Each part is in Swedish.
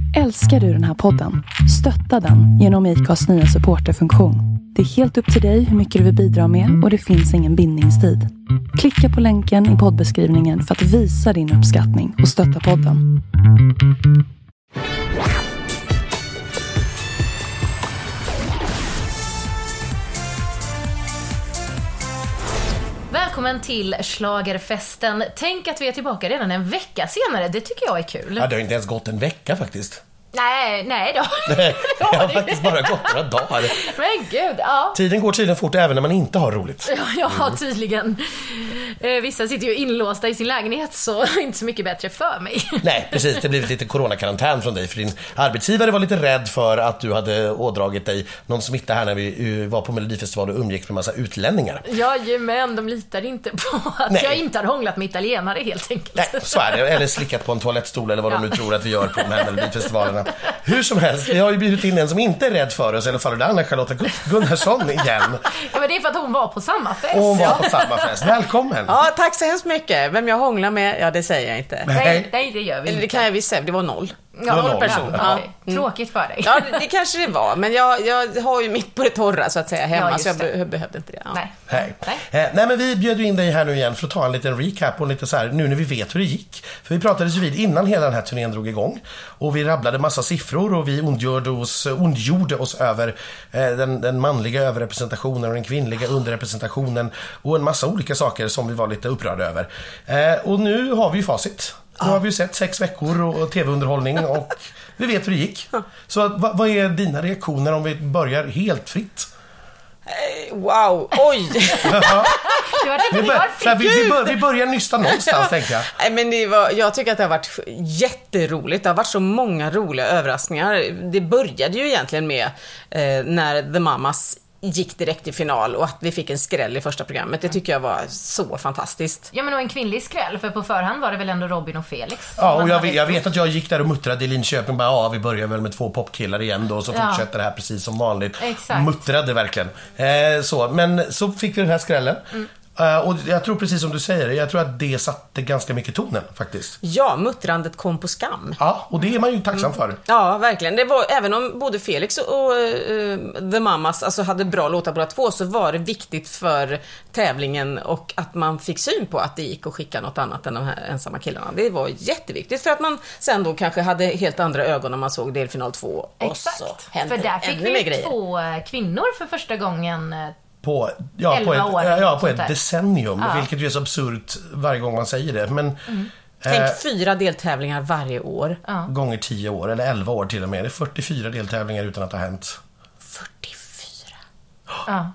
Älskar du den här podden? Stötta den genom IKAs nya supporterfunktion. Det är helt upp till dig hur mycket du vill bidra med och det finns ingen bindningstid. Klicka på länken i poddbeskrivningen för att visa din uppskattning och stötta podden. Välkommen till Schlagerfesten. Tänk att vi är tillbaka redan en vecka senare. Det tycker jag är kul. Ja, det har inte ens gått en vecka faktiskt. Nej då. Det har faktiskt bara gått några dagar. Men gud, ja. Tiden går tydligen fort även när man inte har roligt. Ja, tydligen. Vissa sitter ju inlåsta i sin lägenhet, så inte så mycket bättre för mig. Nej, precis. Det har blivit lite coronakarantän från dig. För din arbetsgivare var lite rädd för att du hade ådragit dig någon smitta här när vi var på Melodifestival och umgicks med massa utlänningar. Men de litar inte på att jag inte har hånglat med italienare helt enkelt. Nej, så är det. Eller slickat på en toalettstol eller vad de nu tror att vi gör på de här Melodifestivalerna. Hur som helst, vi har ju bjudit in en som inte är rädd för oss, i alla fall det andra, Charlotta Gunnarsson igen. Ja, men det är för att hon var på samma fest. Hon var på samma fest. Välkommen. Ja, tack så hemskt mycket. Vem jag hånglar med, ja det säger jag inte. Nej, det gör vi Eller inte. det kan jag visst säga, det var 0. Ja, 0 personer. Ja. Tråkigt för dig. Ja, det kanske det var. Men jag har ju mitt på det torra så att säga hemma, Ja, så jag det. behövde inte det. Ja. Nej. Nej, men vi bjöd ju in dig här nu igen för att ta en liten recap och lite så här, nu när vi vet hur det gick. För vi pratades ju vid innan hela den här turnén drog igång. Och vi rabblade massa siffror och vi ondgjorde oss över den manliga överrepresentationen och den kvinnliga underrepresentationen och en massa olika saker som vi var lite upprörda över. Och nu har vi ju facit. Nu har vi ju sett 6 veckor och tv-underhållning och vi vet hur det gick. Så vad är dina reaktioner om vi börjar helt fritt? Wow, oj! Vi börjar nysta någonstans, tänker jag. Nej, men jag tycker att det har varit jätteroligt. Det har varit så många roliga överraskningar. Det började ju egentligen med när The Mamas gick direkt i final och att vi fick en skräll i första programmet. Det tycker jag var så fantastiskt. Ja, men och en kvinnlig skräll, för på förhand var det väl ändå Robin och Felix. Ja, och jag vet att jag gick där och muttrade i Linköping bara, vi börjar väl med 2 popkillar igen då, så fortsätter det här precis som vanligt. Exakt. Muttrade verkligen. Men så fick vi den här skrällen. Och jag tror precis som du säger, jag tror att det satte ganska mycket tonen faktiskt. Ja, muttrandet kom på skam. Ja, och det är man ju tacksam för. Ja, verkligen. Det var, även om både Felix och The Mamas alltså hade bra låtar båda två, så var det viktigt för tävlingen och att man fick syn på att det gick att skicka något annat än de här ensamma killarna. Det var jätteviktigt för att man sen då kanske hade helt andra ögon när man såg delfinal 2. Exakt, och så hände för där fick vi 2 kvinnor för första gången på ett decennium, vilket ju är så absurt varje gång man säger det. Men tänk 4 deltävlingar varje år. Gånger 10 år, eller 11 år till och med. Det är 44 deltävlingar utan att det har hänt. 44? Ja.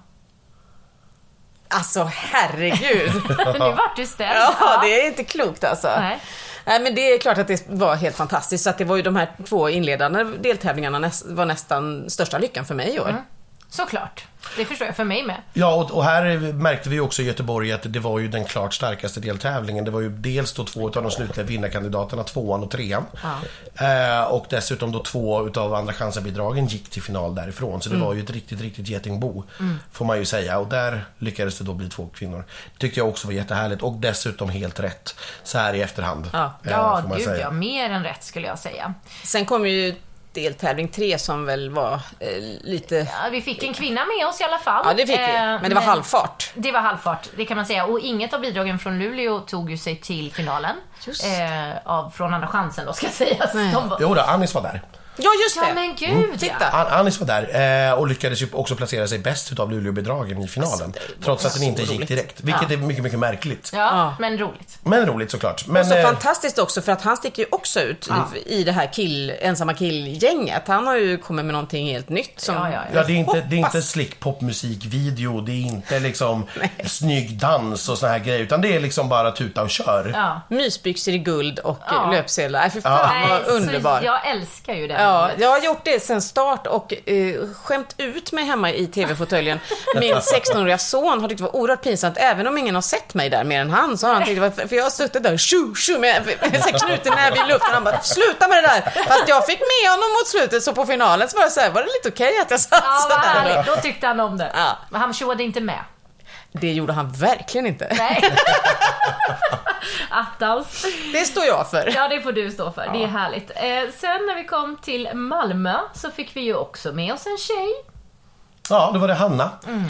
Alltså, herregud. Nu vart du ställd. Ja, det är inte klokt alltså. Nej, men det är klart att det var helt fantastiskt. Så att det var ju de här 2 inledande deltävlingarna var nästan största lyckan för mig i år. Såklart, det förstår jag, för mig med. Ja, och här märkte vi också i Göteborg att det var ju den klart starkaste deltävlingen. Det var ju dels då 2 av de slutliga vinnarkandidaterna, 2:an och 3:an. Och dessutom då 2 utav andra chansen-bidragen gick till final därifrån. Så det var ju ett riktigt getingbo, får man ju säga. Och där lyckades det då bli 2 kvinnor. Tyckte jag också var jättehärligt. Och dessutom helt rätt så här i efterhand. Ja, mer än rätt skulle jag säga. Sen kom ju deltävling 3 som väl var lite... Ja, vi fick en kvinna med oss i alla fall. Ja, det fick vi. Men det var halvfart. Det var halvfart, det kan man säga. Och inget av bidragen från Luleå tog ju sig till finalen. Från andra chansen då, ska sägas. Jo då, Anis var där. Ja, just det. Ja, men gud, titta. Anis var där och lyckades ju också placera sig bäst utav Luleå-bidragen i finalen. Trots att den inte gick direkt. Vilket är mycket, mycket märkligt. Ja, men roligt. Men roligt såklart. Men, och så fantastiskt också, för att han sticker ju också ut i det här ensamma killgänget. Han har ju kommit med någonting helt nytt. Som det är inte slick popmusikvideo. Det är inte liksom snygg dans och såna här grejer. Utan det är liksom bara tuta och kör. Mysbyxor i guld och löpsedlar. För fan, vad underbar. Jag älskar ju det. Ja, jag har gjort det sen start och skämt ut mig hemma i tv-fåtöljen. Min 16-åriga son har tyckt det var oerhört pinsamt, även om ingen har sett mig där mer än han, så har han tyckt det var, för jag har suttit där tju med knuten näbb i luften, han bara, sluta med det där. Fast jag fick med honom mot slutet, så på finalen så var det så här, var det lite okej att jag satt så där. Då tyckte han om det. Men han tjoade inte med. Det gjorde han verkligen inte. Nej. Attans. Det står jag för. Ja, det får du stå för. Det är härligt. Sen när vi kom till Malmö så fick vi ju också med oss en tjej. Ja, då var det Hanna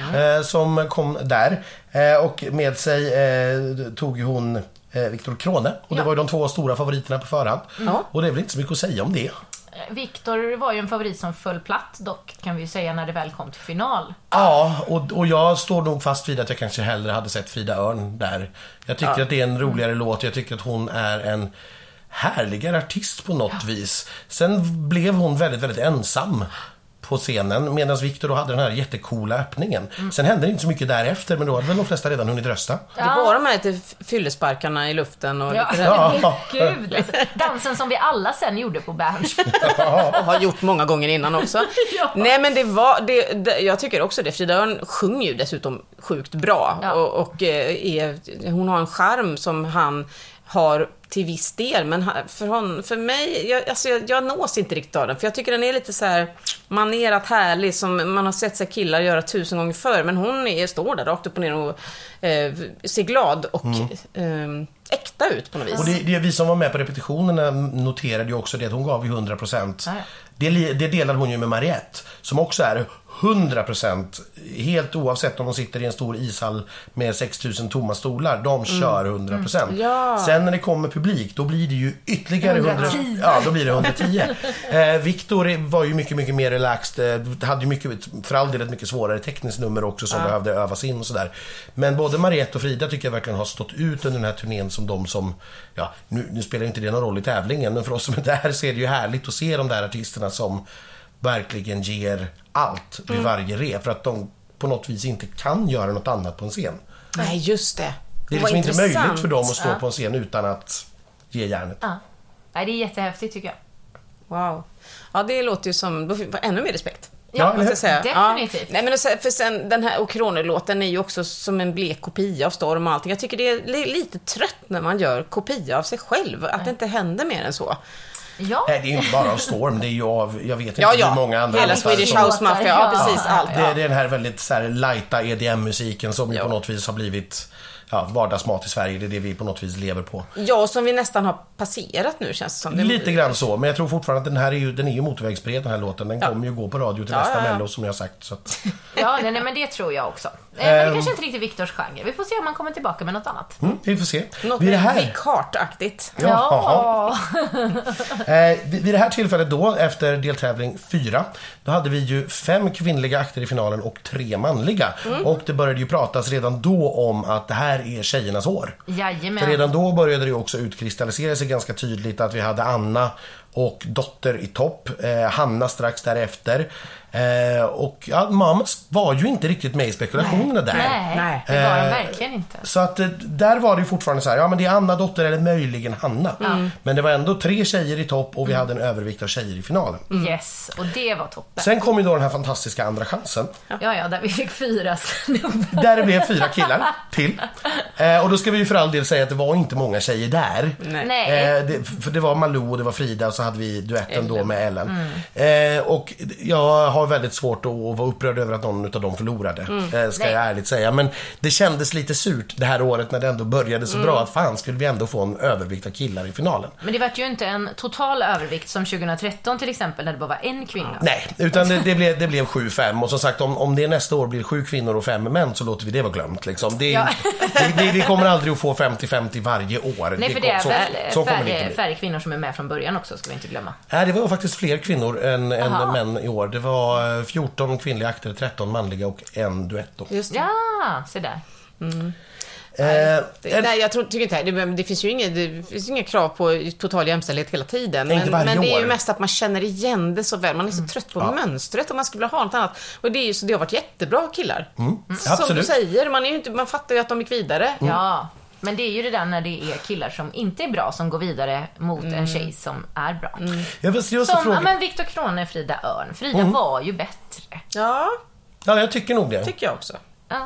som kom där. Och med sig tog hon Viktor Krone. Och det var ju de 2 stora favoriterna på förhand. Och det är väl inte så mycket att säga om det. Viktor var ju en favorit som föll platt, dock kan vi ju säga, när det väl kom till final. Ja, och jag står nog fast vid att jag kanske hellre hade sett Frida Örn där. Jag tycker att det är en roligare låt. Jag tycker att hon är en härligare artist på något vis. Sen blev hon väldigt, väldigt ensam på scenen, medan Viktor då hade den här jättecoola öppningen. Sen hände det inte så mycket därefter, men då hade väl de flesta redan hunnit rösta. Det var de här lite fyllesparkarna i luften och Gud, alltså, dansen som vi alla sen gjorde på Berns. och har gjort många gånger innan också. Nej, men det var jag tycker också det. Frida Örn sjunger ju dessutom sjukt bra och hon har en charm som han har till viss del, men för mig jag nås inte riktigt av den, för jag tycker den är lite så här manerat härlig, som man har sett sig killar göra 1000 gånger förr, men hon står där rakt upp och ner och ser glad och äkta ut på något vis. Och det vi som var med på repetitionerna noterade ju också det att hon gav ju 100%. Det delar hon ju med Mariette, som också är 100%, helt oavsett om de sitter i en stor ishall med 6000 tomma stolar. De kör 100%. Sen när det kommer publik, då blir det ju ytterligare 110. Ja, då blir det 110. Viktor var ju mycket, mycket mer relaxed. Hade ju mycket, för all del ett mycket svårare tekniskt nummer också som behövde övas in och sådär. Men både Mariette och Frida tycker jag verkligen har stått ut under den här turnén som de som, nu spelar inte det någon roll i tävlingen, men för oss som är där så är det ju härligt att se de där artisterna som verkligen ger allt vid varje rep, för att de på något vis inte kan göra något annat på en scen. Nej, just det. Det är liksom inte möjligt för dem att stå på en scen utan att ge järnet. Nej, det är jättehäftigt tycker jag. Wow. Ja, det låter ju som ännu mer respekt. Ja, måste jag säga. definitivt. Nej, men för sen den här Okronor-låten är ju också som en blek kopia av Storm och allting. Jag tycker det är lite trött när man gör kopia av sig själv, att det inte händer mer än så. Ja. Nej, det är inte bara av Storm, det är ju av, jag vet inte hur många andra. Hela Swedish House Mafia, precis allt. Det är den här väldigt så här lighta EDM-musiken som ju på något vis har blivit vardagsmat i Sverige. Det är det vi på något vis lever på. Ja, som vi nästan har passerat nu, känns det som. Lite grann så, men jag tror fortfarande att den är ju motorvägsbred, den här låten. Den kommer ju gå på radio till nästa Mello, som jag har sagt. Så att... nej, men det tror jag också. Men det kanske inte riktigt Viktors genre. Vi får se om man kommer tillbaka med något annat. Vi får se. Något mer Vic Hart-aktigt. Ja. Vid det här tillfället då, efter deltävling 4, då hade vi ju 5 kvinnliga akter i finalen och 3 manliga. Och det började ju pratas redan då om att det här är tjejernas år. Jajamän. För redan då började det ju också utkristallisera sig ganska tydligt att vi hade Anna och Dotter i topp, Hanna strax därefter. Och Mamas var ju inte riktigt med i spekulationerna där. Nej, det var de verkligen inte. Så att där var det ju fortfarande så här, men det är Anna, Dotter eller möjligen Hanna. Men det var ändå 3 tjejer i topp och vi hade en övervikt av tjejer i finalen. Yes, och det var toppen. Sen kom ju då den här fantastiska andra chansen. Ja, där vi fick 4 snubbar. Där det blev 4 killar till. Och då ska vi ju för all del säga att det var inte många tjejer där. Nej. För det var Malou och det var Frida och så hade vi duetten då med Ellen. Och jag har väldigt svårt att vara upprörd över att någon av dem förlorade, ska jag ärligt säga. Men det kändes lite surt det här året när det ändå började så bra, att fan skulle vi ändå få en övervikt av killar i finalen. Men det var ju inte en total övervikt som 2013 till exempel, när det bara var en kvinna. Nej, utan det blev 7-5. Och som sagt, om det nästa år blir 7 kvinnor och 5 män, så låter vi det vara glömt liksom. Vi kommer aldrig att få 50-50 varje år. Nej, för det är färre kvinnor som är med från början också, ska vi inte glömma. Nej, det var faktiskt fler kvinnor än män i år. Det var 14 kvinnliga akter, 13 manliga och en duett då. Just det. Ja, se där. Nej, jag tycker inte det finns ju inga krav på total jämställdhet hela tiden, men det är ju mest att man känner igen det så väl. Man är så trött på mönstret och man skulle vilja ha något annat. Och det är ju så, det har varit jättebra killar. Som du säger, man fattar ju att de gick vidare. Ja. Men det är ju det där när det är killar som inte är bra som går vidare mot en tjej som är bra. Men Viktor Krone, Frida Örn. Frida var ju bättre. Ja, jag tycker nog det. Tycker jag också. Ja,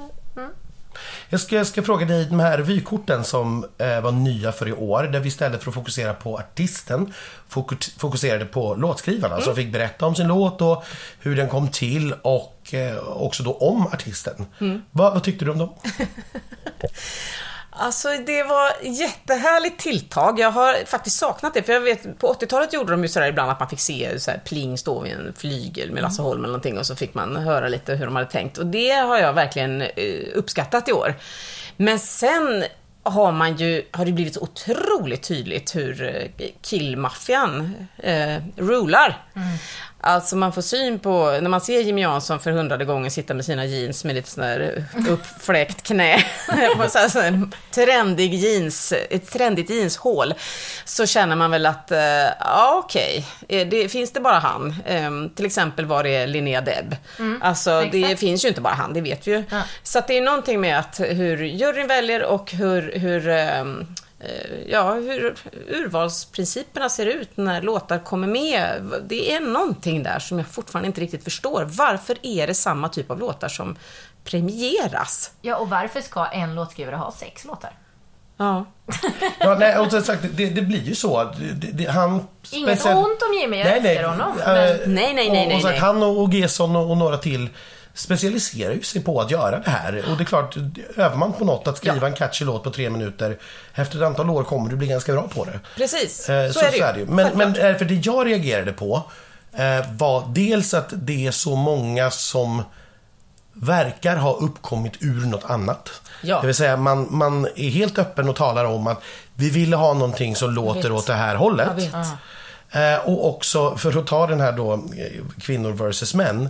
Jag ska fråga dig, de här vykorten som var nya för i år, där vi istället för att fokusera på artisten fokuserade på låtskrivarna som fick berätta om sin låt och hur den kom till och också då om artisten. Vad tyckte du om dem? Alltså det var jättehärligt tilltag. Jag har faktiskt saknat det. För jag vet, på 80-talet gjorde de ju sådär ibland att man fick se så här, Pling stå vid en flygel med Lasse Holm eller någonting. Och så fick man höra lite hur de hade tänkt. Och det har jag verkligen uppskattat i år. Men sen har det blivit så otroligt tydligt hur killmaffian rular. Alltså man får syn på, när man ser Jimmy Jansson för 100:e gången sitta med sina jeans med lite sån här uppfläkt knä på så här trendig jeans, ett trendigt jeanshål, så känner man väl att okej, finns det bara han. Till exempel var det Linnea Deb. Alltså det finns ju inte bara han, det vet vi ju. Ja. Så att det är någonting med att hur juryn väljer och hur urvalsprinciperna ser ut när låtar kommer med. Det är någonting där som jag fortfarande inte riktigt förstår. Varför är det samma typ av låtar som premieras? Ja, och varför ska en låtskrivare ha 6 låtar? Ja. Ja, nej, och sagt, det blir ju så. Inget ont om Jimmy, jag älskar honom. Nej. Och sagt, han och Gesson och några till specialiserar ju sig på att göra det här. Och det är klart, övar man på något att skriva en catchy låt på 3 minuter, efter ett antal år kommer du bli ganska bra på det. Precis, så är det ju. Men för det jag reagerade på var dels att det är så många som verkar ha uppkommit ur något annat. Ja. Det vill säga man är helt öppen och talar om att vi ville ha någonting som låter åt det här hållet. Och också, för att ta den här då, kvinnor versus män,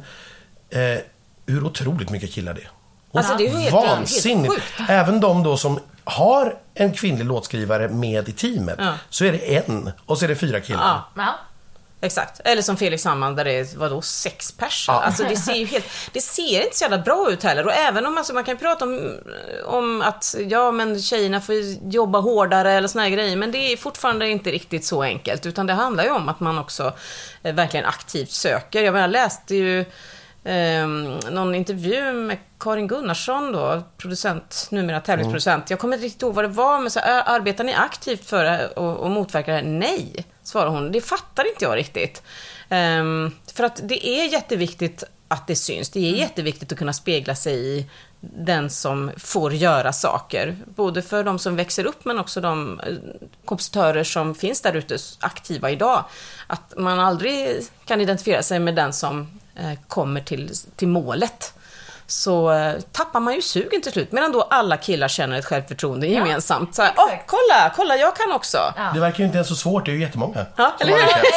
hur otroligt mycket killar det. Alltså det är helt vansinnigt. Helt även de då som har en kvinnlig låtskrivare med i teamet, så är det en och så är det 4 killar. Ja. Exakt. Eller som Felix Sandman där det är 6 personer. Alltså det ser ju det ser inte så jävla bra ut heller. Och även om man kan prata om att men tjejerna får jobba hårdare eller såna här grejer, men det är fortfarande inte riktigt så enkelt, utan det handlar ju om att man också verkligen aktivt söker. Jag läste ju någon intervju med Karin Gunnarsson då, producent, numera tävlingsproducent. Jag kommer inte riktigt ihåg vad det var, men så arbetar ni aktivt för att motverka det här? Nej, svarar hon. Det fattar inte jag riktigt. För att det är jätteviktigt att det syns. Det är jätteviktigt att kunna spegla sig i den som får göra saker. Både för de som växer upp, men också de kompositörer som finns där ute aktiva idag. Att man aldrig kan identifiera sig med den som kommer till målet, så tappar man ju sugen till slut, medan då alla killar känner ett självförtroende gemensamt. Så här, kolla, jag kan också. Ja. Det verkar ju inte ens så svårt, det är ju jättemånga. Ja, eller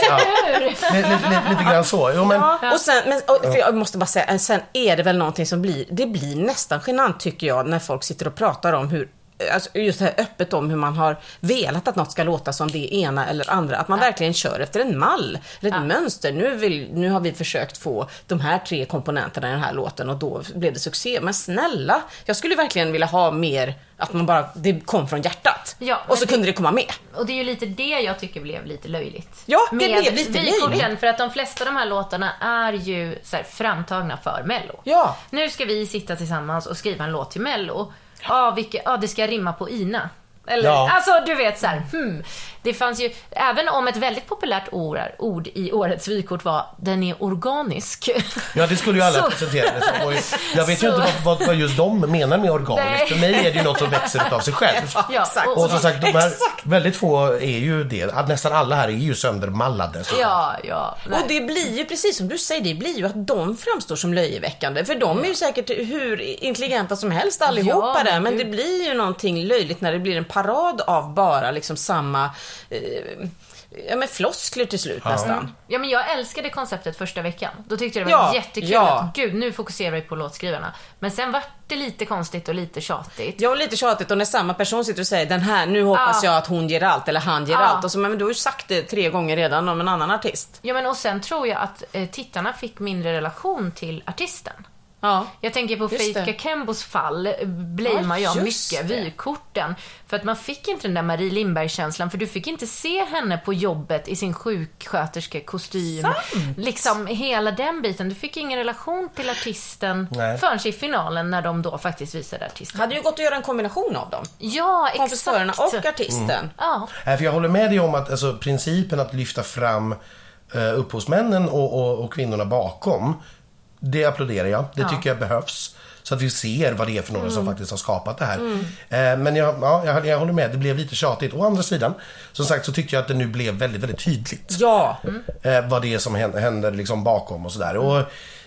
hur? Lite grann så. Jo, men... Och sen, jag måste bara säga, sen är det väl någonting som blir nästan genant, tycker jag, när folk sitter och pratar om hur, alltså just det här öppet om hur man har velat att något ska låta som det ena eller andra, att man verkligen kör efter en mall eller ett mönster. Nu har vi försökt få de här 3 komponenterna i den här låten och då blev det succé. Men snälla, jag skulle verkligen vilja ha mer, att man bara, det kom från hjärtat och så kunde det komma med. Och det är ju lite det jag tycker blev lite löjligt. Ja, det blev lite löjligt. För att de flesta av de här låtarna är ju så här framtagna för Mello. Ja. Nu ska vi sitta tillsammans och skriva en låt till Mello. Det ska rimma på Ina. Eller, alltså du vet så här, det fanns ju, även om ett väldigt populärt ord i årets vykort var den är organisk. Ja, det skulle ju alla presentera det som. Jag vet ju inte vad just de menar med organiskt. För mig är det ju något som växer utav sig själv. Och som sagt, de här väldigt få är ju det. Nästan alla här är ju söndermallade. Och det blir ju precis som du säger, det blir ju att de framstår som löjeväckande. För de är ju säkert hur intelligenta som helst allihopa där. Men det blir ju någonting löjligt när det blir en parad av bara liksom samma med floskler till slut nästan. Ja, men jag älskade konceptet första veckan. Då tyckte jag det var jättekul att gud, nu fokuserar vi på låtskrivarna. Men sen var det lite konstigt och lite tjatigt. Ja, lite tjatigt, och när samma person sitter och säger den här, nu hoppas jag att hon ger allt eller han ger allt. Och så, men du har ju sagt det 3 gånger redan om en annan artist. Ja, men och sen tror jag att tittarna fick mindre relation till artisten. Ja. Jag tänker på Faith Kakembos fall, blamear jag mycket vykorten, för att man fick inte den där Marie Lindberg-känslan, för du fick inte se henne på jobbet i sin sjuksköterskekostym. Liksom hela den biten. Du fick ingen relation till artisten förrän i finalen, när de då faktiskt visade artisten. Hade ju gått att göra en kombination av dem. Ja, exakt. Kompositörerna och artisten. Ja. För jag håller med dig om att alltså, principen att lyfta fram upphovsmännen och kvinnorna bakom, det applåderar jag. Det tycker jag behövs. så att vi ser vad det är för några som faktiskt har skapat det här. Men jag håller med, det blev lite tjatigt. Å andra sidan, som sagt, så tycker jag att det nu blev väldigt, väldigt tydligt vad det är som händer liksom bakom och sådär. Och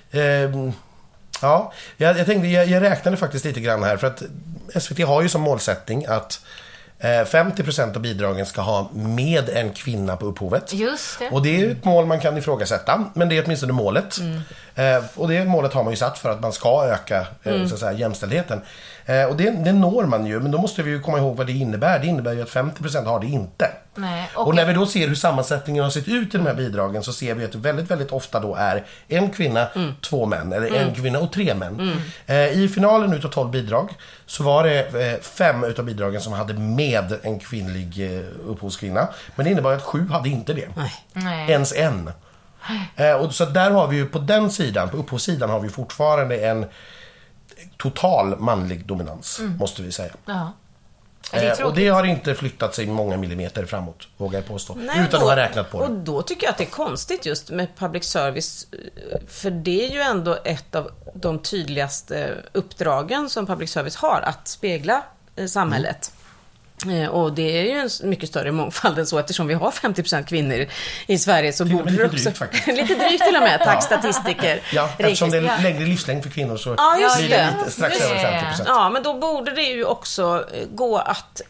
ja, jag tänkte, jag räknade faktiskt lite grann här, för att SVT har ju som målsättning att 50% av bidragen ska ha med en kvinna på upphovet. Just det. Och det är ett mål man kan ifrågasätta, men det är åtminstone målet. Och det målet har man ju satt för att man ska öka så att säga, jämställdheten. Och det når man ju, men då måste vi ju komma ihåg vad det innebär. Det innebär ju att 50% har det inte. Nej, och när vi då ser hur sammansättningen har sett ut i de här bidragen, så ser vi att det väldigt, väldigt ofta då är en kvinna, 2 män, eller en kvinna och 3 män. I finalen utav 12 bidrag så var det 5 utav bidragen som hade med en kvinnlig upphovskvinna. Men det innebar att 7 hade inte det. Nej. Ens en. Och så där har vi ju på den sidan, på upphovssidan, har vi fortfarande en total manlig dominans, måste vi säga. Ja. Och det har inte flyttat sig många millimeter framåt, vågar jag påstå. Nej, utan att ha räknat på det. Och då tycker jag att det är konstigt just med public service, för det är ju ändå ett av de tydligaste uppdragen som public service har, att spegla samhället. Och det är ju en mycket större mångfald än så, eftersom vi har 50% kvinnor i Sverige, så borde det också... Drygt, faktiskt. Lite drygt till och med, tack statistiker. Ja, eftersom det är längre livslängd för kvinnor så blir det lite, strax över 50%. Ja, men då borde det ju också gå att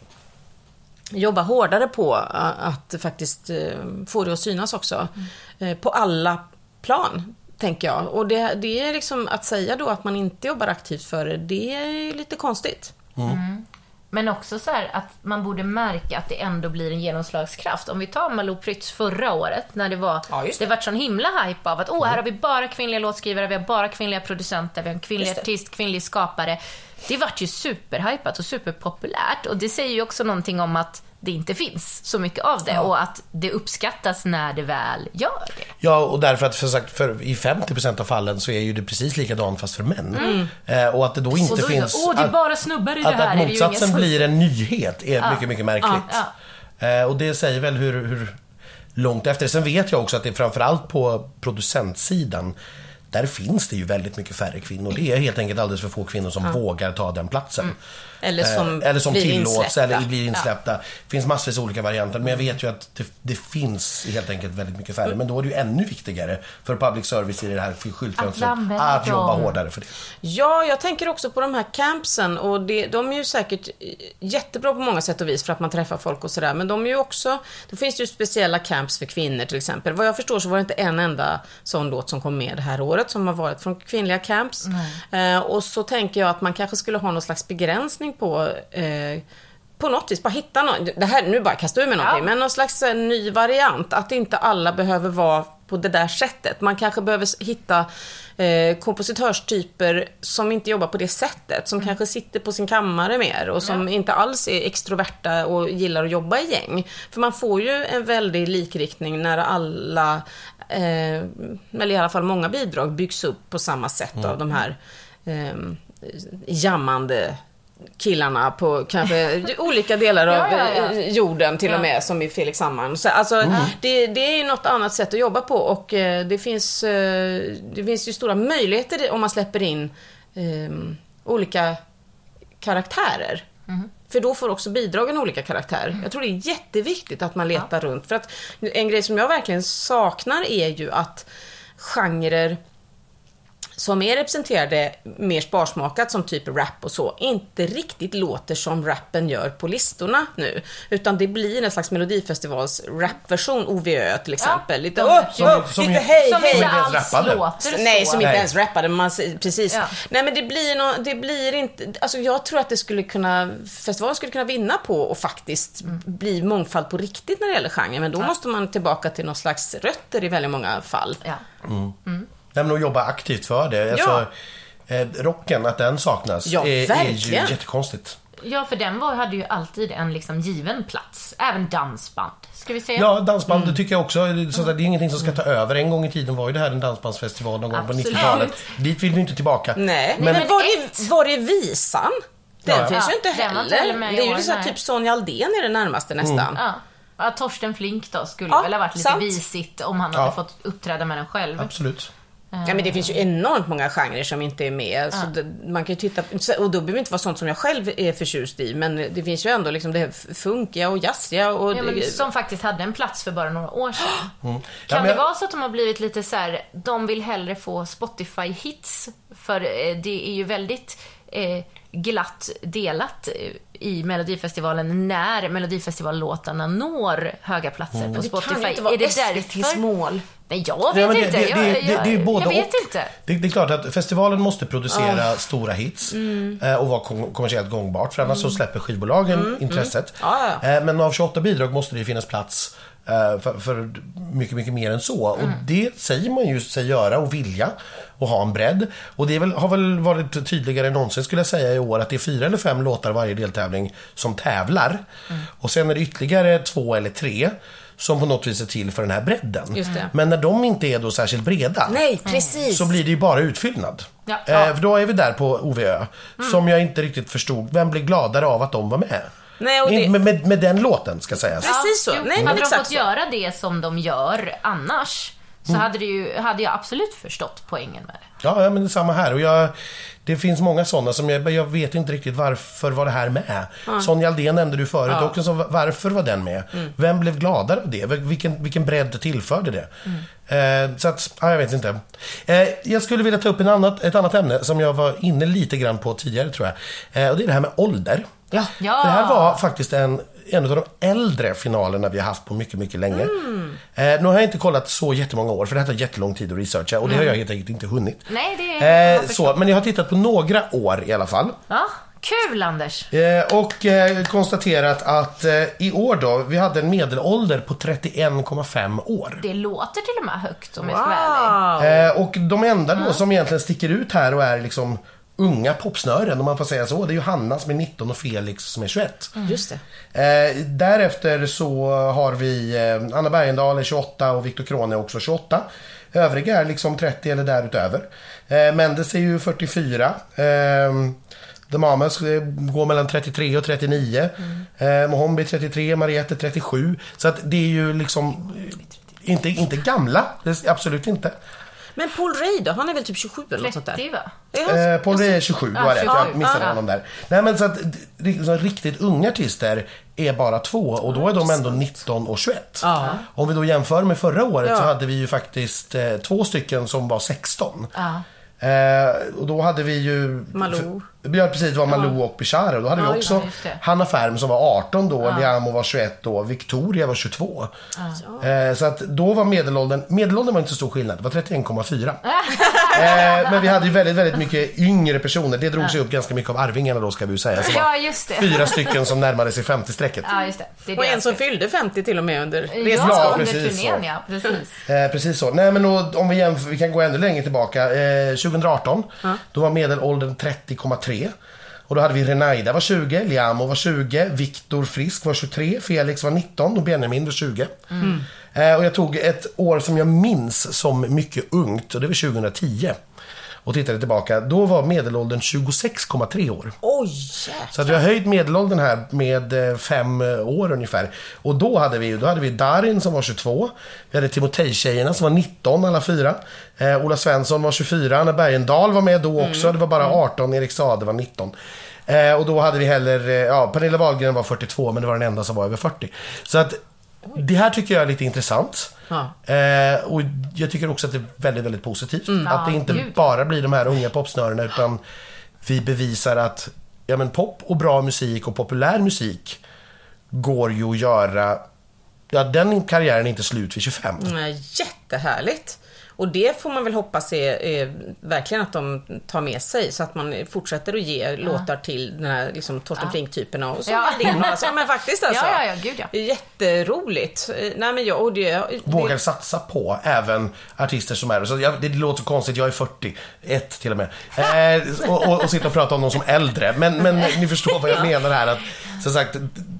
jobba hårdare på att faktiskt få det att synas också. På alla plan, tänker jag. Och det är liksom att säga då att man inte jobbar aktivt för det är lite konstigt. Men också så här att man borde märka att det ändå blir en genomslagskraft. Om vi tar Malou Prytz förra året, när det var sån himla hype av att här har vi bara kvinnliga låtskrivare, vi har bara kvinnliga producenter, vi har en kvinnlig artist, kvinnlig skapare. Det vart ju superhypat och superpopulärt, och det säger ju också någonting om att det inte finns så mycket av det och att det uppskattas när det väl gör det. Ja, och därför att för i 50% av fallen så är ju det precis likadant fast för män. Och att det då inte finns... det är bara snubbar i det här. Att motsatsen blir en nyhet är mycket, mycket märkligt. Och det säger väl hur långt efter. Sen vet jag också att det är framförallt på producentsidan, där finns det ju väldigt mycket färre kvinnor. Det är helt enkelt alldeles för få kvinnor som vågar ta den platsen. Eller som tillåts eller blir insläppta. Det finns massvis olika varianter, men jag vet ju att det finns helt enkelt väldigt mycket färre. Men då är det ju ännu viktigare för public service i det här skyltfönstret att jobba hårdare för det. Ja, jag tänker också på de här campsen, och de är ju säkert jättebra på många sätt och vis för att man träffar folk och sådär, men de är ju också, då finns det ju speciella camps för kvinnor till exempel. Vad jag förstår så var det inte en enda sån låt som kom med det här året som har varit från kvinnliga camps. Och så tänker jag att man kanske skulle ha någon slags begränsning på något vis, bara hitta någon, det här, nu bara kastar jag med någonting, men någon slags ny variant, att inte alla behöver vara på det där sättet. Man kanske behöver hitta kompositörstyper som inte jobbar på det sättet, som kanske sitter på sin kammare mer och som inte alls är extroverta och gillar att jobba i gäng. För man får ju en väldig likriktning när alla eller i alla fall många bidrag byggs upp på samma sätt av de här jammande killarna på kanske olika delar av jorden till och med, som i Felix Sandman. Så alltså det är ju något annat sätt att jobba på, och det finns ju stora möjligheter om man släpper in olika karaktärer. För då får också bidragen olika karaktär. Jag tror det är jätteviktigt att man letar runt, för att en grej som jag verkligen saknar är ju att genrer som är representerade mer sparsmakat, som typ rap och så, inte riktigt låter som rappen gör på listorna nu, utan det blir en slags melodifestivals rapversion, OVÖ till exempel, lite lite hej inte alls låter. Nej, som inte ens rappade, man precis. Nej, men det blir inte, alltså jag tror att festivalen skulle kunna vinna på och faktiskt bli mångfald på riktigt när det gäller genre, men då måste man tillbaka till någon slags rötter i väldigt många fall. Nej, men att jobba aktivt för det. Alltså, rocken, att den saknas är ju jättekonstigt. Ja, för den hade ju alltid en liksom given plats. Även dansband, ska vi säga. Ja, dansband, det tycker jag också. Så det är ingenting som ska ta över. En gång i tiden var ju det här en dansbandsfestival någon gång på 90-talet. Dit vill vi inte tillbaka. Nej, men var det visan? Den finns ju inte heller. Det är ju så typ Sonja Aldén är det närmaste nästan. Ja, Torsten Flink då skulle väl ha varit lite visigt om han hade fått uppträda med den själv. Absolut. Ja, men det finns ju enormt många genrer som inte är med. Så man kan ju titta, och då behöver det inte vara sånt som jag själv är förtjust i. Men det finns ju ändå liksom det funkiga och jazziga. Och som faktiskt hade en plats för bara några år sedan. Kan det vara så att de har blivit lite så här, de vill hellre få Spotify-hits? För det är ju väldigt glatt delat i Melodifestivalen när Melodifestivallåtarna når höga platser på Spotify. Det kan inte vara SVT:s mål. Nej, jag vet inte. Det är både jag vet inte. Det är klart att festivalen måste producera stora hits och vara kommersiellt gångbart, för annars så släpper skivbolagen intresset. Men av 28 bidrag måste det finnas plats för mycket, mycket mer än så. Och det säger man ju sig göra och vilja och ha en bredd. Och det har väl varit tydligare än någonsin, skulle jag säga, i år, att det är 4 eller 5 låtar varje deltävling som tävlar. Och sen är det ytterligare 2 eller 3 som på något vis är till för den här bredden. Men när de inte är då särskilt breda, precis, så blir det ju bara utfyllnad. För då är vi där på OVÖ, som jag inte riktigt förstod. Vem blir gladare av att de var med? Nej, och det... med den låten, ska sägas. Precis så. Nej, hade de fått göra det som de gör annars, så hade jag absolut förstått poängen med det. Ja, men det är samma här. Och det finns många sådana som jag vet inte riktigt varför var det här med. Sonja Aldén nämnde du förut också, så varför var den med? Vem blev gladare av det? Vilken bredd tillförde det? Så att, jag vet inte. Jag skulle vilja ta upp ett annat ämne som jag var inne lite grann på tidigare, tror jag. Och det är det här med ålder. Ja. Det här var faktiskt en av de äldre finalerna vi har haft på mycket, mycket länge. Nu har jag inte kollat så jättemånga år, för det här tar jättemång tid att researcha, och det har jag helt enkelt inte hunnit. Nej, det är så, men jag har tittat på några år i alla fall. Ja, kul, Anders. Och konstaterat att i år då, vi hade en medelålder på 31,5 år. Det låter till och med högt, om jag ska vara ärlig. Och de enda då som egentligen sticker ut här och är liksom unga popsnören, om man får säga så, det är Johanna som är 19 och Felix som är 21. Just det. Därefter så har vi Anna Bergendahl är 28 och Viktor Krone är också 28. Övriga är liksom 30 eller därutöver. Mendes är ju 44. The Mamas går mellan 33 och 39. Mohombi 33, Mariette 37. Så att det är ju liksom inte gamla, det är absolut inte. Men Paul Ray då? Han är väl typ 27 eller något sånt där? 30, va? Paul Ray är 27, var rätt. Jag missade honom där. Nej, men så att riktigt unga artister är bara 2, och då är de ändå 19 och 21. Om vi då jämför med förra året så hade vi ju faktiskt 2 stycken som var 16. Och då hade vi ju Malou. Precis, det var Malou och Bishara. Och då hade vi också Hanna Färm som var 18 då, Liamo var 21 då, Victoria var 22. Så att då var medelåldern var inte så stor skillnad, det var 31,4. Men vi hade ju väldigt, väldigt mycket yngre personer. Det drog sig upp ganska mycket av Arvingarna då, ska vi ju säga. Så just det. 4 stycken som närmade sig 50-strecket. Ja, just det. Och en som fyllde 50 till och med under resan. Ja, under precis turnén, precis. Precis så. Nej, men om vi kan gå ännu längre tillbaka. 2018, då var medelåldern 30,3. Och då hade vi Renaida var 20, Liamo var 20, Viktor Frisk var 23, Felix var 19 och Benjamin var 20. Och jag tog ett år som jag minns som mycket ungt, och det var 2010. Och tittade tillbaka, då var medelåldern 26,3 år. Oj! Så att vi har höjt medelåldern här med 5 år ungefär. Och då hade vi Darin som var 22. Vi hade Timotej-tjejerna som var 19 alla 4. Ola Svensson var 24. Anna Bergendahl var med då också. Det var bara 18. Erik Sade var 19. Och då hade vi Pernilla Wahlgren var 42, men det var den enda som var över 40. Så att det här tycker jag är lite intressant. Och jag tycker också att det är väldigt, väldigt positivt. Att det inte bara blir de här unga popsnörerna, utan vi bevisar att pop och bra musik och populär musik går ju att göra. Den karriären är inte slut vid 25. Jättehärligt. Och det får man väl hoppas är verkligen att de tar med sig, så att man fortsätter att ge låtar till den här liksom Torsten Flink-typerna och så. Men faktiskt alltså. Gud, ja. Jätteroligt. Nej, men vågar satsa på även artister som är så det låter konstigt, jag är 41 till och med. Och sitta och prata om dem som äldre. Men ni förstår vad jag menar här, att som sagt,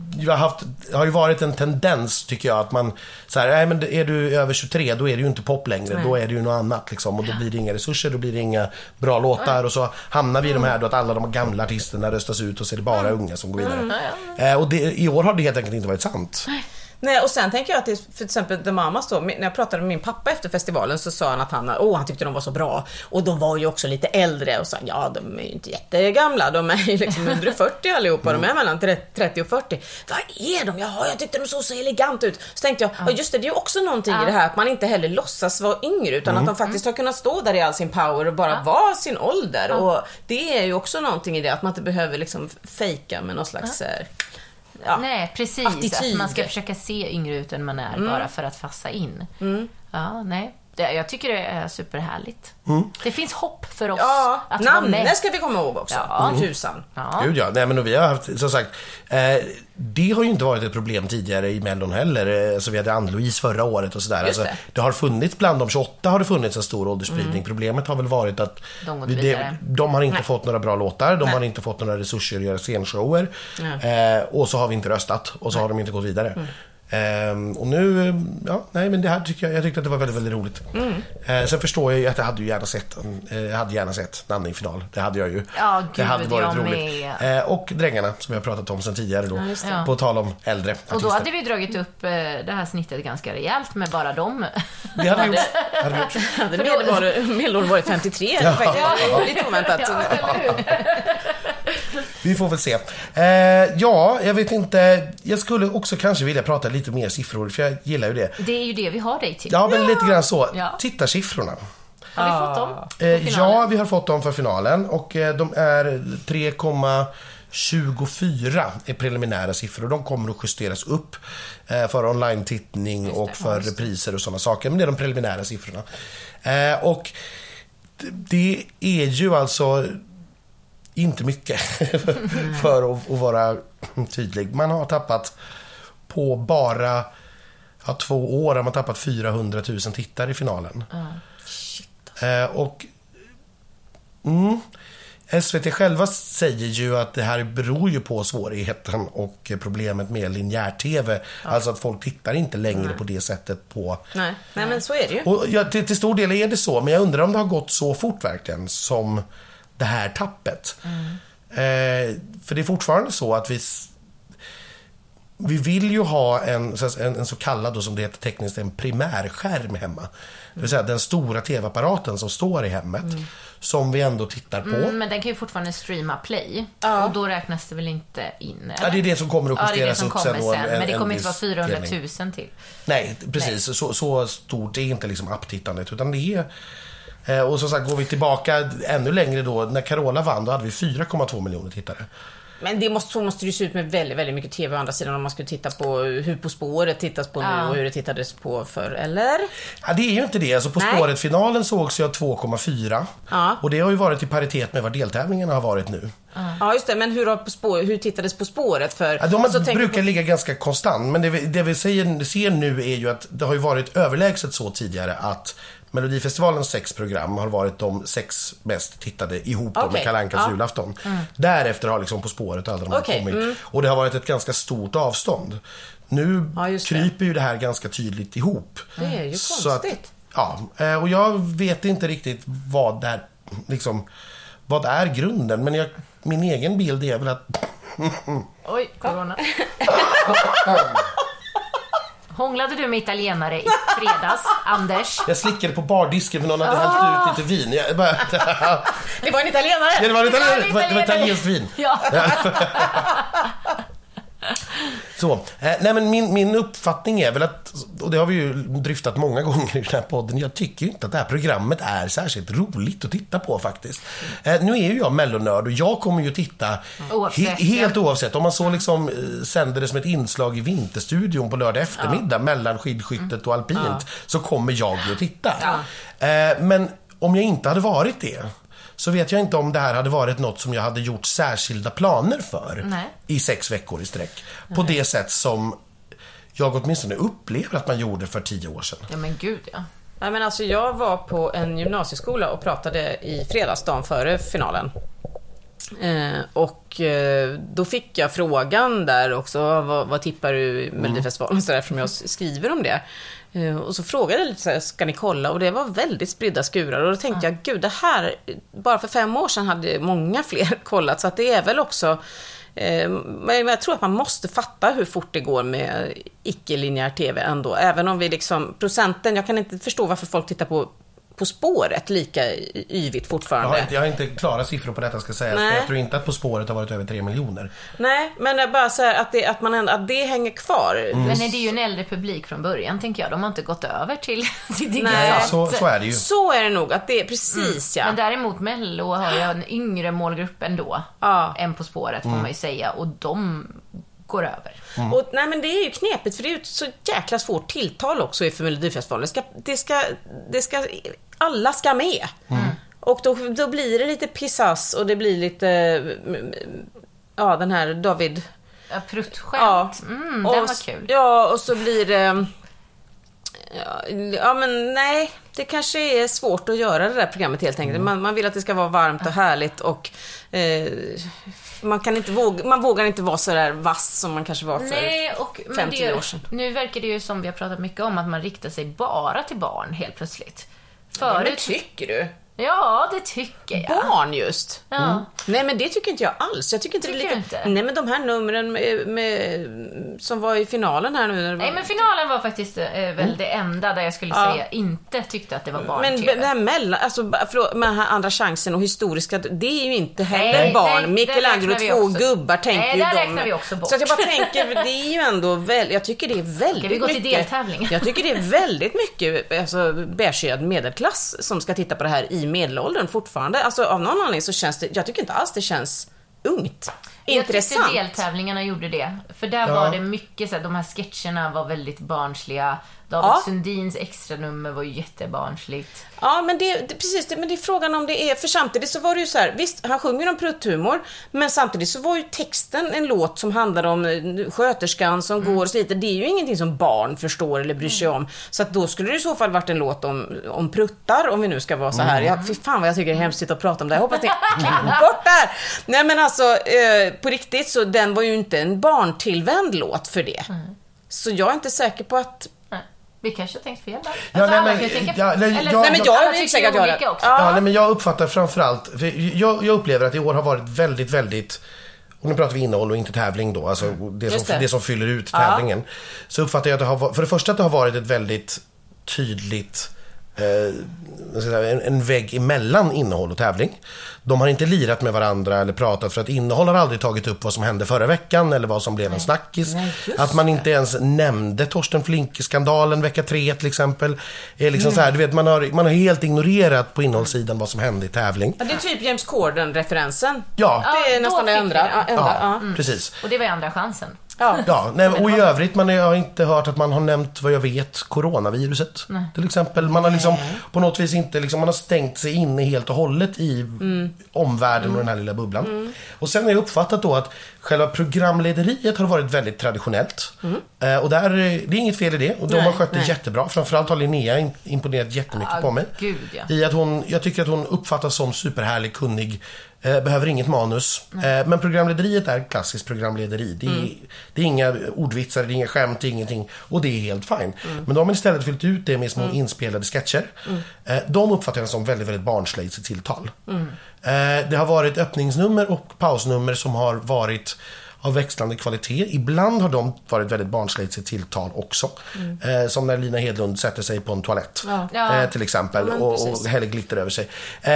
har ju varit en tendens, tycker jag, att man så här, men är du över 23, då är det ju inte pop längre. Då är det ju något annat liksom, och då blir det inga resurser, då blir det inga bra låtar, och så hamnar vi i de här då, att alla de gamla artisterna röstas ut och så är det bara unga som går vidare. Och i år har det helt enkelt inte varit sant. Nej, och sen tänker jag att det, för exempel The Mamas då, när jag pratade med min pappa efter festivalen så sa han att han tyckte de var så bra. Och de var ju också lite äldre och sa, ja de är ju inte jättegamla, de är ju liksom under 40 allihopa, de är mellan 30 och 40. Vad är de? Jaha, jag tyckte de såg så elegant ut. Så tänkte jag, ja just det är ju också någonting i det här att man inte heller låtsas vara yngre utan att de faktiskt har kunnat stå där i all sin power och bara vara sin ålder. Och det är ju också någonting i det att man inte behöver liksom fejka med någon slags nej, precis. attityd. Att man ska försöka se yngre ut än man är bara för att passa in. Ja, nej. Jag tycker det är superhärligt. Det finns hopp för oss att vara med. Det ska vi komma ihåg också. Tusan. Gud ja, nej men vi har haft, som sagt, det har ju inte varit ett problem tidigare i Mellon heller. Så vi hade Ann-Louise förra året och sådär. Alltså, det har funnits, bland de 28 har det funnits en stor åldersspridning. Problemet har väl varit att de har inte fått några bra låtar. De har inte fått några resurser att göra scenshower. Och så har vi inte röstat. Och så har de inte gått vidare. Och nu, men det här jag tyckte att det var väldigt, väldigt roligt. Sen förstår jag ju att jag hade gärna sett Nanne i final. Det hade jag ju. Det hade varit roligt. Och Drängarna som jag pratat om sen tidigare då. På tal om äldre artister. Och då hade vi dragit upp det här snittet ganska rejält med bara dem. Det hade vi gjort. Hade Mellon varit 53? Lite oväntat. Vi får väl se. Jag vet inte. Jag skulle också kanske vilja prata lite mer siffror, för jag gillar ju det. Det är ju det vi har dig till. Ja, men lite grann så. Tittarsiffrorna. Har vi fått dem? Ja, vi har fått dem för finalen. Och de är 3,24 är preliminära siffror. De kommer att justeras upp för online-tittning och för repriser och sådana saker. Men det är de preliminära siffrorna. Och det är ju alltså inte mycket för att vara tydlig. Man har tappat på bara 2 år har man tappat 400 000 tittare i finalen. Och SVT själva säger ju att det här beror ju på svårigheten och problemet med linjär-tv. Alltså att folk tittar inte längre på det sättet på... Nej, men så är det ju. Och till stor del är det så, men jag undrar om det har gått så fort verkligen som det här tappet. För det är fortfarande så att vi vill ju ha en så kallad då, som det heter tekniskt, en primärskärm hemma. Det vill säga den stora tv-apparaten som står i hemmet som vi ändå tittar på. Men den kan ju fortfarande streama play och då räknas det väl inte in, eller? Ja, det är det som kommer att justeras upp sen. Men det kommer inte vara 400 000 till. Nej, precis. Nej. Så stort är inte liksom apptittandet, utan det är... Och som sagt, går vi tillbaka ännu längre då, när Carola vann, då hade vi 4,2 miljoner tittare. Men så måste det se ut med väldigt, väldigt mycket tv å andra sidan om man skulle titta på hur På spåret tittas på nu och hur det tittades på för, eller? Ja, det är ju inte det. Alltså På spåret-finalen sågs jag 2,4. Och det har ju varit i paritet med vad deltävlingarna har varit nu. Ja, just det. Men hur tittades På spåret för? De brukar ligga ganska konstant. Men det vi ser nu är ju att det har ju varit överlägset så tidigare att Melodifestivalens 6 program har varit de 6 mest tittade ihop med Kalle Ankas julafton. Därefter har liksom På spåret och alla de har kommit. Och det har varit ett ganska stort avstånd. Nu kryper ju det här ganska tydligt ihop. Det är ju konstigt. Och jag vet inte riktigt vad det är, liksom, vad är grunden. Men min egen bild är väl att... Oj, corona. Hånglade du med italienare i fredags, Anders? Jag slickade på bardisken för någon hade hällt ut lite vin. Det var en italienare. Ja, det var en italienare. Det var italienskt vin. Ja. Så, nej men min uppfattning är väl att, och det har vi ju dryftat många gånger i den här podden, jag tycker inte att det här programmet är särskilt roligt att titta på faktiskt. Nu är ju jag mellonnörd och jag kommer ju titta helt oavsett. Om man så liksom sänder det som ett inslag i Vinterstudion på lördag eftermiddag mellan skidskyttet och alpint, så kommer jag ju att titta. Men om jag inte hade varit det, så vet jag inte om det här hade varit något som jag hade gjort särskilda planer för i 6 veckor i sträck. På det sätt som jag åtminstone upplever att man gjorde för 10 år sedan. Ja, men gud, ja. Nej, men alltså, jag var på en gymnasieskola och pratade i fredagsdagen före finalen. Och då fick jag frågan där också, vad tippar du i Melodifestivalen, så där, eftersom jag skriver om det. Och så frågade jag lite så här, ska ni kolla? Och det var väldigt spridda skurar. Och då tänkte jag, gud, det här, bara för 5 år sedan hade många fler kollat. Så att det är väl också Men jag tror att man måste fatta hur fort det går med icke-linjär tv ändå. Även om vi liksom, procenten, jag kan inte förstå varför folk tittar på spåret lika yvigt fortfarande. Jag har inte klara siffror på detta ska sägas. Jag tror inte att På spåret har varit över 3 miljoner. Nej, men det är bara så här att det hänger kvar. Men det är ju en äldre publik från början, tänker jag. De har inte gått över till digitalt. Nej, så är det ju. Så är det nog, att det är precis, ja. Men däremot Mello har ju en yngre målgrupp ändå än På spåret, får man ju säga. Och de går över. Och, nej, men det är ju knepigt, för det är ju så jäkla svårt tilltal också i Melodifestivalen. Det ska alla ska med. Och då blir det lite pissas och det blir lite den här David pruttskämt. Den var kul. Ja, och så blir det men nej, det kanske är svårt att göra det där programmet helt enkelt. Man vill att det ska vara varmt och härligt och man vågar inte vara så där vass som man kanske var för 50 år sedan. Nu verkar det ju, som vi har pratat mycket om, att man riktar sig bara till barn helt plötsligt. Men tycker du? Ja, det tycker jag. Barn just. Ja. Nej, men det tycker inte jag alls. Jag tycker inte det är lite... inte? Nej, men de här numren som var i finalen här nu. Nej, men finalen var faktiskt väl det enda där jag skulle säga inte tyckte att det var barn-tv. Men det här mellan, alltså med den här andra chansen och historiska, det är ju inte heller barn. Michelangelo och 2 gubbar tänker ju de. Räknar vi också bort. Så att jag bara tänker, det är ju ändå jag tycker det är väldigt mycket. Ska vi gå till deltävlingen? Jag tycker det är väldigt mycket bärsyad medelklass som ska titta på det här i medelåldern fortfarande. Alltså av någon anledning så känns det, jag tycker inte alls det känns ungt. Intressant. Jag tyckte deltävlingarna gjorde det. För där var det mycket så här, de här sketcherna var väldigt barnsliga. David Sundins extra nummer var ju jättebarnsligt. Ja, men precis, men det är frågan om det är, för samtidigt så var det ju så här, visst, han sjunger om prutthumor, men samtidigt så var ju texten en låt som handlade om sköterskan som går och sliter. Det är ju ingenting som barn förstår eller bryr sig om. Så att då skulle det i så fall varit en låt om pruttar, om vi nu ska vara så här. Fy fan vad jag tycker det är hemskt att prata om det. Jag hoppas ni klipper bort där. Nej, men alltså, på riktigt så den var ju inte en barntillvänd låt för det. Så jag är inte säker på att vi kanske har tänkt fel där. Men jag uppfattar framförallt, för jag upplever att i år har varit väldigt, väldigt, och nu pratar vi innehåll och inte tävling då, alltså det som fyller ut tävlingen. Så uppfattar jag att det har, för det första att det har varit ett väldigt tydligt en vägg emellan innehåll och tävling. De har inte lirat med varandra eller pratat, för att innehåll har aldrig tagit upp vad som hände förra veckan eller vad som blev en snackis. Att man inte ens nämnde Torsten Flinke-skandalen vecka 3 till exempel. Är liksom så här, du vet, man har helt ignorerat på innehållssidan vad som hände i tävling. Ja, det är typ James Corden-referensen. Ja. Det är nästan det enda. Precis. Och det var andra chansen. Och i övrigt jag har inte hört att man har nämnt, vad jag vet, coronaviruset till exempel. Man har liksom på något vis inte liksom, man har stängt sig inne helt och hållet i omvärlden och den här lilla bubblan. Och sen har jag uppfattat då att själva programlederiet har varit väldigt traditionellt. Och det är inget fel i det, och de har skött det jättebra. Framförallt har Linnea imponerat jättemycket på mig. I att jag tycker att hon uppfattas som superhärlig, kunnig, behöver inget manus. Men programlederiet är klassiskt programlederi. Det är inga ordvitsar, det är inga skämt, det är ingenting. Och det är helt fine. Men de har istället fyllt ut det med små inspelade sketcher. De uppfattar jag som väldigt, väldigt barnsliga i sitt tilltal. Det har varit öppningsnummer och pausnummer som har varit av växlande kvalitet. Ibland har de varit väldigt barnsliga i sitt tilltal också. Som när Lina Hedlund sätter sig på en toalett till exempel och häller glitter över sig.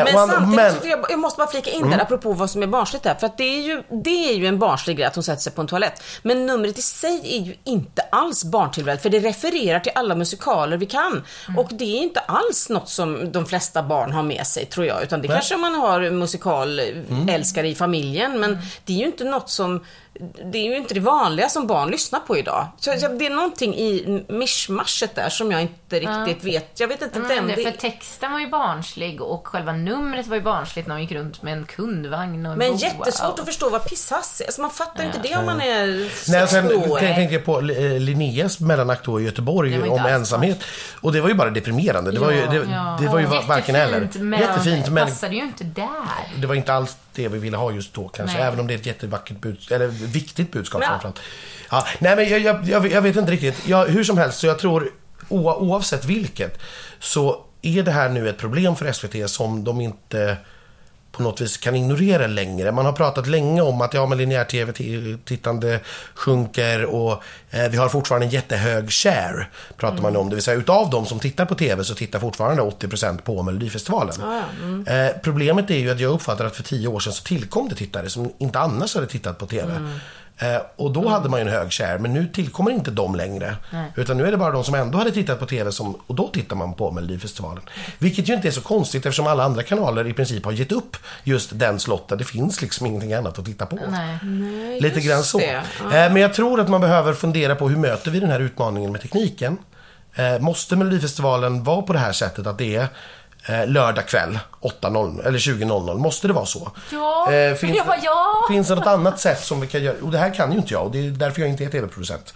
Jag måste bara flika in där apropå vad som är barnsligt där, för att det är ju en barnslig grej att hon sätter sig på en toalett. Men numret i sig är ju inte alls barntillvält, för det refererar till alla musikaler vi kan. Och det är inte alls något som de flesta barn har med sig, tror jag, utan det kanske man har musikalälskare i familjen, men det är ju inte något som, det är ju inte det vanliga som barn lyssnar på idag. Så det är någonting i mischmaschet där som jag inte riktigt vet. Jag vet inte vem det är. För texten var ju barnslig och själva numret var ju barnsligt när hon gick runt med en kundvagn och en men jättesvårt att förstå vad pissass är. Alltså man fattar inte det om man är jag tänker på Linneas mellanakt i Göteborg om ensamhet. Och det var ju bara deprimerande. Det var ju varken eller. Jättefint, men passade ju inte där. Det var inte alls det vi ville ha just då kanske. Även om det är ett jättevackert budskap, eller viktigt budskap framförallt. Nej, men jag vet inte riktigt. Hur som helst, så jag tror oavsett vilket, så är det här nu ett problem för SVT som de inte på något vis kan ignorera längre. Man har pratat länge om att men linjär-tv-tittande sjunker och vi har fortfarande en jättehög share, pratar man om. Det vill säga, utav de som tittar på tv så tittar fortfarande 80% på Melodifestivalen. Problemet är ju att jag uppfattar att för 10 år sedan så tillkom det tittare som inte annars hade tittat på tv. Och då hade man ju en hög share, men nu tillkommer inte de längre. Utan nu är det bara de som ändå hade tittat på tv och då tittar man på Melodifestivalen. Vilket ju inte är så konstigt eftersom alla andra kanaler i princip har gett upp just den slotten. Det finns liksom ingenting annat att titta på. Nej, lite grann så. Men jag tror att man behöver fundera på hur möter vi den här utmaningen med tekniken. Måste Melodifestivalen vara på det här sättet att det är lördag kväll 8:00 eller 20:00? Måste det vara så? Ja. Finns det något annat sätt som vi kan göra? Och det här kan ju inte jag, och det är därför jag inte är tv-producent.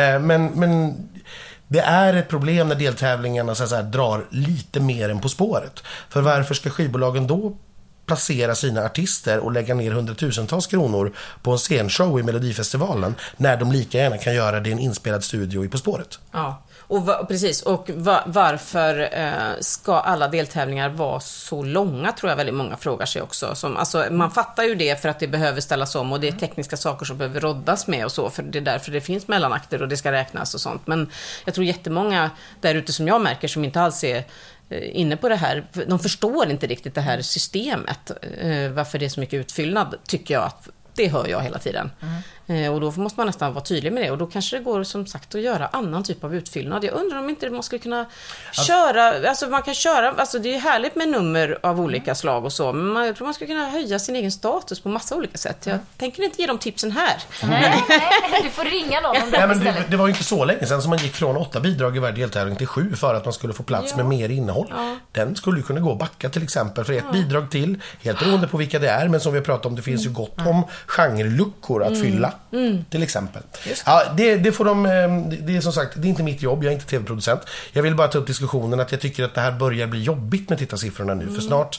Men det är ett problem när deltävlingarna så här, drar lite mer än På spåret. För varför ska skivbolagen då placera sina artister och lägga ner 100,000-tals kronor på en scenshow i Melodifestivalen när de lika gärna kan göra det i en inspelad studio i På spåret? Ja. Och precis, och varför ska alla deltävlingar vara så långa, tror jag väldigt många frågar sig också. Alltså, man fattar ju det för att det behöver ställas om och det är tekniska saker som behöver roddas med och så, för det är därför det finns mellanakter och det ska räknas och sånt. Men jag tror jättemånga där ute som jag märker som inte alls är inne på det här, de förstår inte riktigt det här systemet, varför det är så mycket utfyllnad, tycker jag att det hör jag hela tiden. Och då måste man nästan vara tydlig med det. Och då kanske det går som sagt att göra annan typ av utfyllnad. Jag undrar om inte man skulle kunna köra, alltså man kan köra, alltså det är ju härligt med nummer av olika slag och så, men jag tror man skulle kunna höja sin egen status på massa olika sätt. Jag tänker inte ge dem tipsen här. Nej, du får ringa någon om det istället. Det var ju inte så länge sedan som man gick från 8 bidrag i varje deltävling till 7 för att man skulle få plats med mer innehåll. Den skulle ju kunna gå och backa till exempel för ett bidrag till, helt beroende på vilka det är, men som vi har pratat om, det finns ju gott om genreluckor att fylla. Till exempel. Ja, det får det är som sagt, det är inte mitt jobb, jag är inte tv-producent. Jag vill bara ta upp diskussionen att jag tycker att det här börjar bli jobbigt med tittarsiffrorna nu. För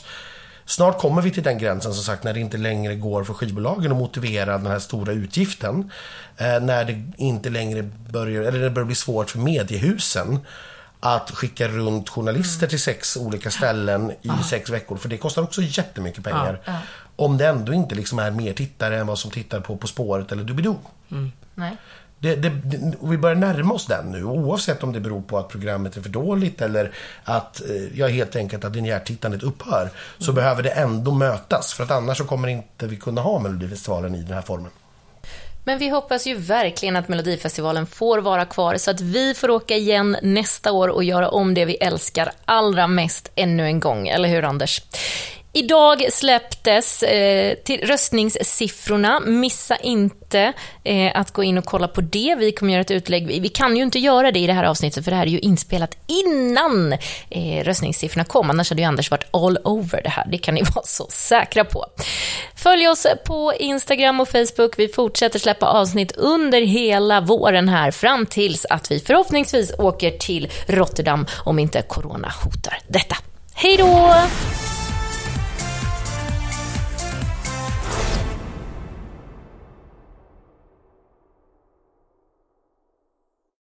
snart kommer vi till den gränsen som sagt när det inte längre går för skivbolagen att motivera den här stora utgiften. När det inte längre börjar bli svårt för mediehusen att skicka runt journalister till 6 olika ställen i 6 veckor. För det kostar också jättemycket pengar. Om det ändå inte liksom är mer tittare än vad som tittar på spåret eller Doobidoo. Nej. Och vi börjar närma oss den nu, oavsett om det beror på att programmet är för dåligt eller att helt enkelt att linjärtittandet upphör, så behöver det ändå mötas, för att annars så kommer inte vi kunna ha Melodifestivalen i den här formen. Men vi hoppas ju verkligen att Melodifestivalen får vara kvar så att vi får åka igen nästa år och göra om det vi älskar allra mest ännu en gång, eller hur Anders? Idag släpptes till röstningssiffrorna. Missa inte att gå in och kolla på det. Vi kommer göra ett utlägg. Vi kan ju inte göra det i det här avsnittet för det här är ju inspelat innan röstningssiffrorna kom. Annars hade ju Anders varit all over det här. Det kan ni vara så säkra på. Följ oss på Instagram och Facebook. Vi fortsätter släppa avsnitt under hela våren här fram tills att vi förhoppningsvis åker till Rotterdam om inte corona hotar detta. Hej då!